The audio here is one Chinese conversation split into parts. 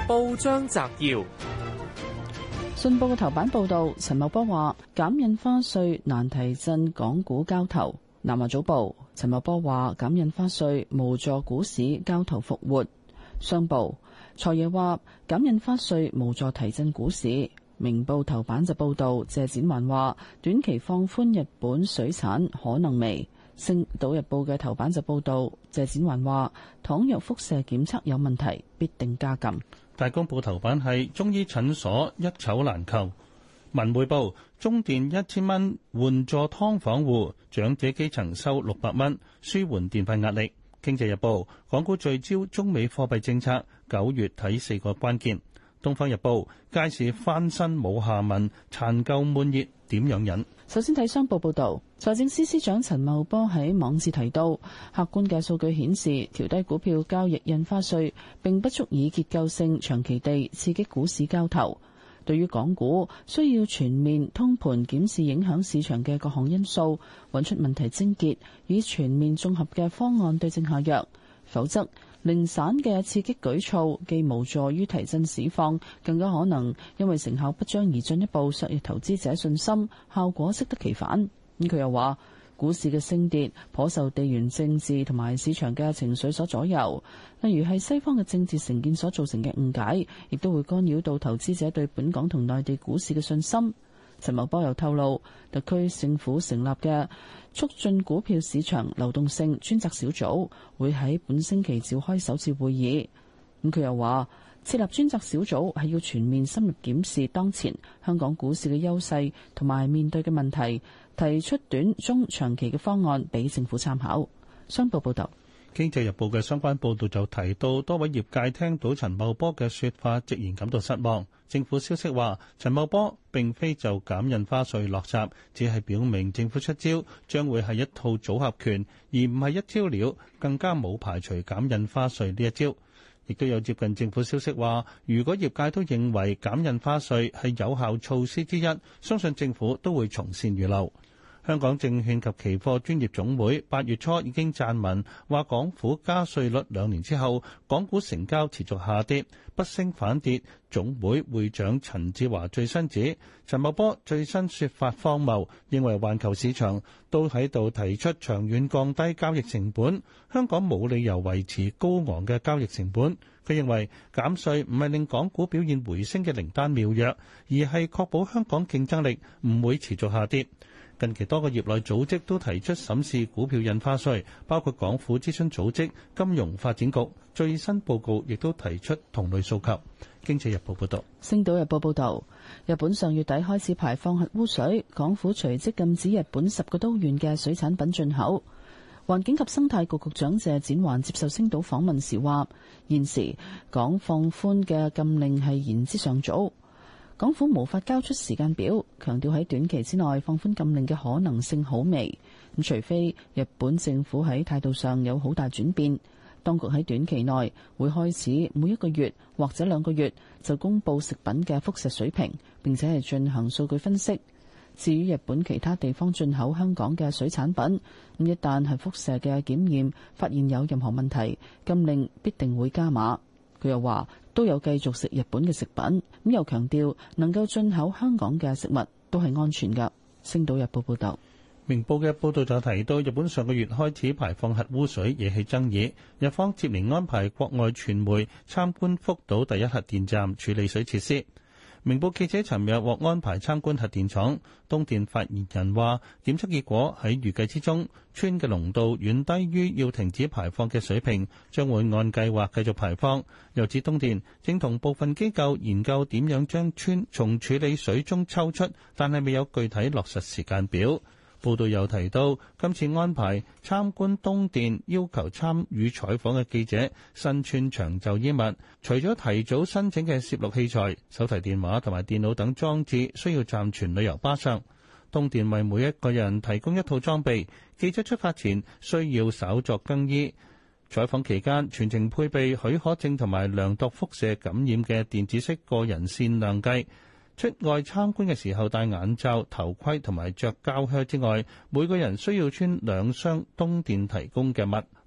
報章摘要： 信報嘅頭版報道，陳茂波話減印花稅難提振港股交投。南華早報，陳茂波話減印花稅無助股市交投復活。商報，財爺話減印花稅無助提振股市。明報頭版就報道，謝展寰話短期放寬日本水產可能未。星島日報嘅頭版就報道，謝展寰話倘若輻射檢測有問題，必定加禁。 大公報頭版係中醫診所一籌難求。文匯報，中電1000蚊援助劏房戶，長者基層收600蚊，舒緩電費壓力。經濟日報，港股聚焦中美貨幣政策，9月睇4個關鍵。東方日報，街市翻新冇下文，殘舊悶熱點樣忍？ 首先睇商報報導，財政司司長陳茂波喺網誌提到，客觀嘅數據顯示，調低股票交易印花稅並不足以結構性長期地刺激股市交投。對於港股，需要全面通盤檢視影響市場嘅各項因素，揾出問題症結，以全面綜合嘅方案對症下藥，否則零散嘅刺激舉措既無助於提振市況，更加可能因為成效不彰而進一步削弱投資者信心，效果適得其反。佢又話，股市嘅升跌頗受地緣政治同埋市場嘅情緒所左右，例如係西方嘅政治成見所造成嘅誤解，亦都會干擾到投資者對本港同內地股市嘅信心。陳茂波又透露，特區政府成立嘅促進股票市場流動性專責小組會喺本星期召開首次會議。佢又話，設立專責小組係要全面深入檢視當前香港股市嘅優勢同埋面對嘅問題，提出短中長期嘅方案俾政府參考。商報報道。 經濟日報嘅相關報導就提到，多位業界聽到陳茂波嘅說法，直言感到失望。政府消息話，陳茂波並非就減印花稅落閘，只係表明政府出招將會係一套組合拳，而唔係一招了，更加冇排除減印花稅呢一招。亦都有接近政府消息話，如果業界都認為減印花稅係有效措施之一，相信政府都會從善如流。香港證券及期貨專業總會8月初已經撰文話，港府加稅率2年之後，港股成交持續下跌，不升反跌。總會會長陳志華最新指，陳茂波最新說法荒謬，認為環球市場都喺度提出長遠降低交易成本，香港冇理由維持高昂嘅交易成本。佢認為減稅唔係令港股表現回升嘅靈丹妙藥，而係確保香港競爭力唔會持續下跌。近期多個業內組織都提出審視股票印花稅，包括港府諮詢組織、金融發展局最新報告亦都提出同類訴求。經濟日報報道。 星島日報報道，日本上月底開始排放核污水，港府隨即禁止日本10個都縣嘅水產品進口。環境及生態局局長謝展寰接受星島訪問時話，現時港放寬嘅禁令係言之尚早。港府無法交出時間表，強調喺短期之內放寬禁令嘅可能性好微。除非日本政府喺態度上有好大轉變，當局喺短期內會開始每1個月或者2個月就公布食品嘅輻射水平，並且係進行數據分析。至於日本其他地方進口香港嘅水產品，一旦係輻射嘅檢驗發現有任何問題，禁令必定會加碼。佢又話都有繼續食日本嘅食品，又強調能夠進口香港嘅食物都係安全㗎。星島日報報道。 明報嘅報導就提到，日本上個月開始排放核污水，惹起爭議。日方接連安排國外傳媒參觀福島第一核電站處理水設施。明報記者尋日獲安排參觀核電廠，東電發言人話，檢測結果喺預計之中，氚嘅濃度遠低於要停止排放嘅水平，將會按計劃繼續排放。又指東電正同部分機構研究點樣將氚從處理水中抽出，但係未有具體落實時間表。報道又提到，今次安排參觀東電，要求參與採訪嘅記者身穿長袖衣物，除咗提早申請嘅攝錄器材、手提電話同埋電腦等裝置需要暫存旅遊巴上。東電為每一個人提供一套裝備，記者出發前需要稍作更衣。採訪期間全程配備許可證同埋量度輻射感染嘅電子式個人線量計。出外參觀嘅時候戴眼罩、頭盔同埋着膠靴之外，每個人需要穿2箱東電提供嘅襪，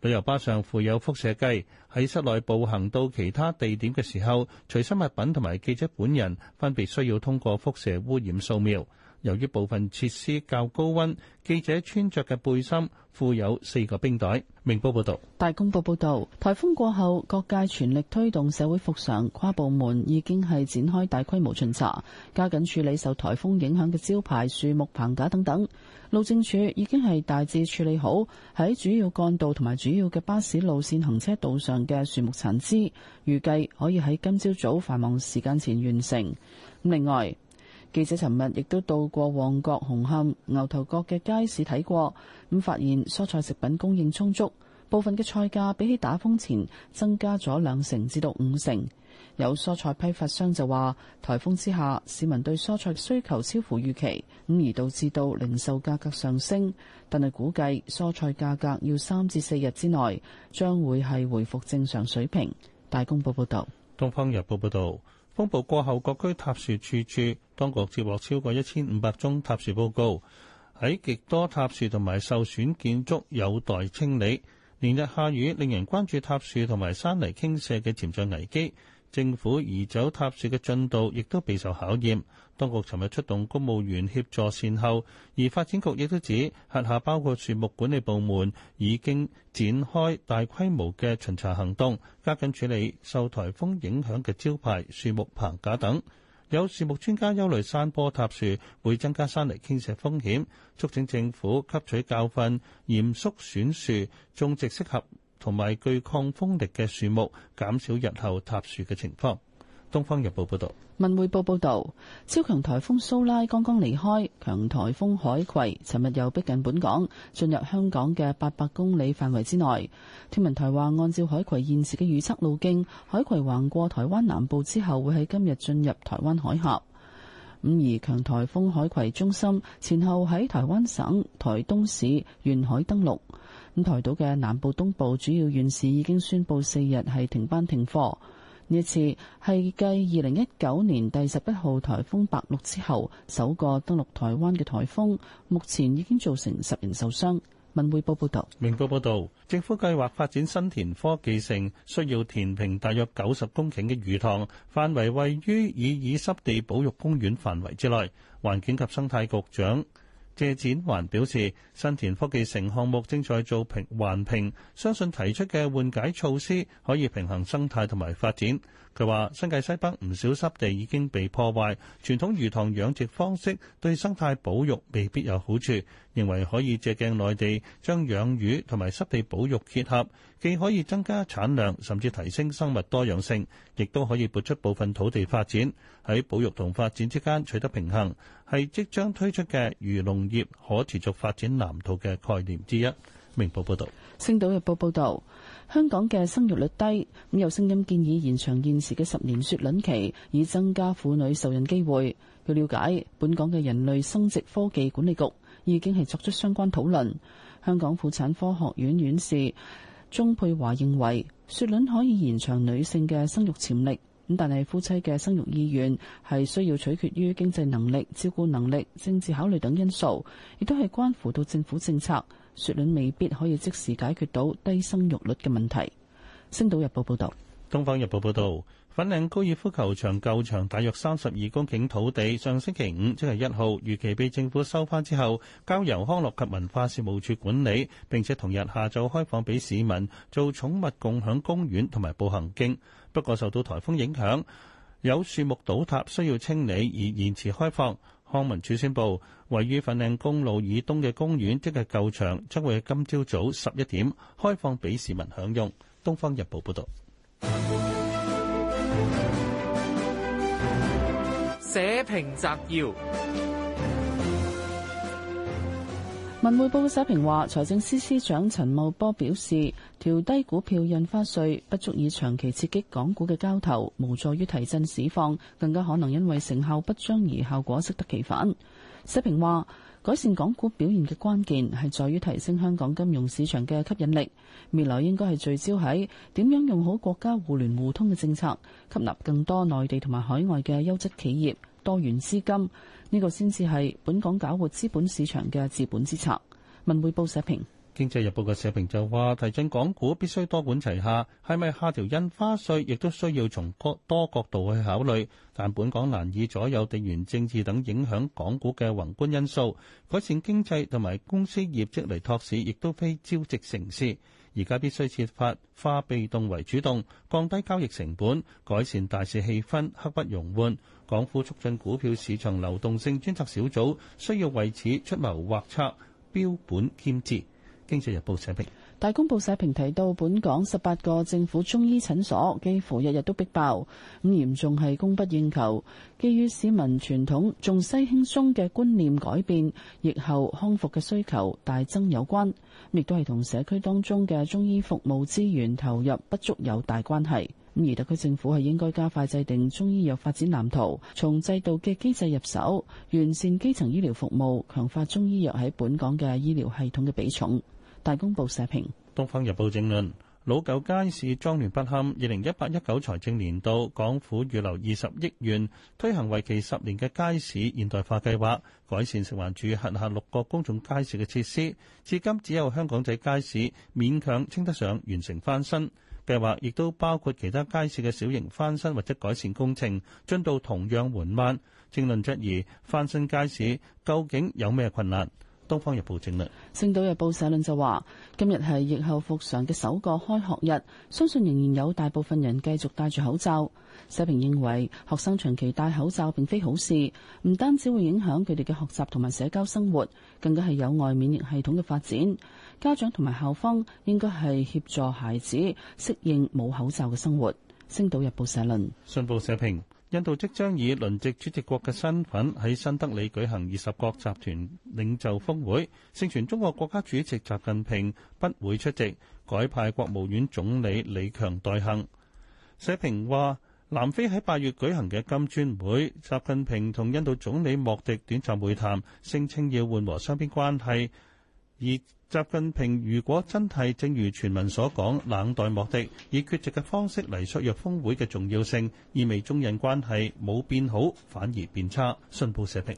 旅遊巴上附有輻射計，喺室內步行到其他地點嘅時候，隨身物品同埋記者本人分別需要通過輻射污染掃描。由於部分設施較高溫，記者穿着嘅背心附有4個冰袋。明報報道。 大公報報道，颱風過後，各界全力推動社會復常，跨部門已經係展開大規模巡查，加緊處理受颱風影響嘅招牌、樹木、棚架等等。路政署已經係大致處理好喺主要幹道同埋主要嘅巴士路線行車道上嘅樹木殘枝，預計可以喺今朝早繁忙時間前完成。另外，記者尋日亦都到過旺角、紅磡、牛頭角嘅街市睇過，咁發現蔬菜食品供應充足，部分嘅菜價比起打風前增加咗2成至到5成。有蔬菜批發商就話，颱風之下市民對蔬菜需求超乎預期，咁而導致到零售價格上升，但係估計蔬菜價格要3至4日之內將會係回復正常水平。大公報報道。 東方日報報道。風暴過後，各區塌樹處處，當局接獲超過1500宗塌樹報告。喺極多塌樹同埋受損建築有待清理。連日下雨，令人關注塌樹同埋山泥傾瀉嘅潛在危機。政府移走塌樹嘅進度亦都備受考驗。當局尋日出動公務員協助善後，而發展局亦都指轄下包括樹木管理部門已經展開大規模嘅巡查行動，加緊處理受颱風影響嘅招牌、樹木、棚架等。有樹木專家憂慮山坡塌樹會增加山泥傾瀉風險，促請政府吸取教訓，嚴肅選樹，種植適合同埋具抗風力嘅樹木，減少日後塌樹嘅情況。東方日報報道。 文匯報報道，超強颱風蘇拉剛剛離開，強颱風海葵尋日又逼近本港，進入香港嘅800公里範圍之內。天文台話，按照海葵現時嘅預測路徑，海葵橫過台灣南部之後，會喺今日進入台灣海峽。而強颱風海葵中心前後喺台灣省台東市沿海登陸。台島嘅南部、東部主要縣市已經宣布4日係停班停課。呢一次係繼2019年第11號颱風白鹿之後首個登陸台灣嘅颱風，目前已經造成10人受傷。文匯報報道。 明報報道，政府計劃發展新田科技城，需要填平大約90公頃嘅魚塘，範圍位於已濕地保育公園範圍之內。環境及生態局長謝展寰表示，新田科技城項目正在做環評，相信提出嘅緩解措施可以平衡生態同埋發展。佢話新界西北唔少濕地已經被破壞，傳統魚塘養殖方式對生態保育未必有好處，認為可以借鏡內地將養魚同埋濕地保育結合，既可以增加產量，甚至提升生物多樣性，亦都可以撥出部分土地發展，喺保育同發展之間取得平衡，係即將推出嘅漁農業可持續發展藍圖嘅概念之一。明報報道。 星島日報報道，香港嘅生育率低，咁有聲音建議延長現時嘅10年雪卵期，以增加婦女受孕機會。據了解，本港嘅人類生殖科技管理局已經係作出相關討論。香港婦產科學院院士鍾佩華認為，雪卵可以延長女性嘅生育潛力，咁但係夫妻嘅生育意願係需要取決於經濟能力、照顧能力、政治考慮等因素，亦都係關乎到政府政策。雪卵未必可以即時解決到低生育率嘅問題。星島日報報道。 東方日報報道，粉嶺高爾夫球場舊場大約32公頃土地，上星期五即係1號，預期被政府收翻之後，交由康樂及文化事務處管理，並且同日下晝開放俾市民做寵物共享公園同埋步行徑。不過受到颱風影響，有樹木倒塌需要清理，而延遲開放。康文署宣布，位於粉嶺公路以東嘅公園，即係舊場，將會喺今朝早11點開放俾市民享用。東方日報報道。 社評摘要。 文匯報社評話，財政司司長陳茂波表示，調低股票印花稅不足以長期刺激港股嘅交投，無助於提振市況，更加可能因為成效不彰而效果適得其反。社評話，改善港股表現嘅關鍵係在於提升香港金融市場嘅吸引力，未來應該係聚焦喺點樣用好國家互聯互通嘅政策，吸納更多內地同埋海外嘅優質企業、多元資金，呢個先至係本港搞活資本市場嘅治本之策。文匯報社評。 經濟日報嘅社評就話，提振港股必須多管齊下，係咪下調印花稅亦都需要從多角度去考慮。但本港難以左右地緣政治等影響港股嘅宏觀因素，改善經濟同埋公司業績嚟托市，亦都非朝夕成事。而家必須設法化被動為主動，降低交易成本，改善大市氣氛，刻不容緩。港府促進股票市場流動性專責小組需要為此出謀劃策，標本兼治。經濟日報社評。 大公報社評提到，本港18個政府中醫診所幾乎日日都逼爆，咁嚴重係供不應求。基於市民傳統重西輕鬆嘅觀念改變，疫後康復嘅需求大增有關，亦都係同社區當中嘅中醫服務資源投入不足有大關係。而特區政府係應該加快制定中醫藥發展藍圖，從制度嘅機制入手，完善基層醫療服務，強化中醫藥喺本港嘅醫療系統嘅比重。大公報社評。《 東方日報》正論：老舊街市臟亂不堪。2018-19財政年度，港府預留20億元推行為期10年嘅街市現代化計劃，改善食環署轄下6個公眾街市嘅設施。至今只有香港仔街市勉強稱得上完成翻新。計劃亦都包括其他街市嘅小型翻新或者改善工程，進度同樣緩慢。正論質疑翻新街市究竟有咩困難？《東方日報》正論。《 星島日報》社論就話：今日係疫後復常嘅首個開學日，相信仍然有大部分人繼續戴住口罩。社評認為，學生長期戴口罩並非好事，唔單止會影響佢哋嘅學習同埋社交生活，更加係有礙免疫系統嘅發展。家長同埋校方應該係協助孩子適應冇口罩嘅生活。《星島日報》社論。 信報社評。印度即將以輪值主席國嘅身份喺新德里舉行20國集團領袖峰會，盛傳中國國家主席習近平不會出席，改派國務院總理李強代行。社評話，南非喺8月舉行嘅金磚會，習近平同印度總理莫迪短暫會談，聲稱要緩和雙邊關係。而習近平如果真係正如傳聞所講冷待莫迪，以缺席嘅方式嚟削弱峰會嘅重要性，意味中印關係冇變好，反而變差。信報社評。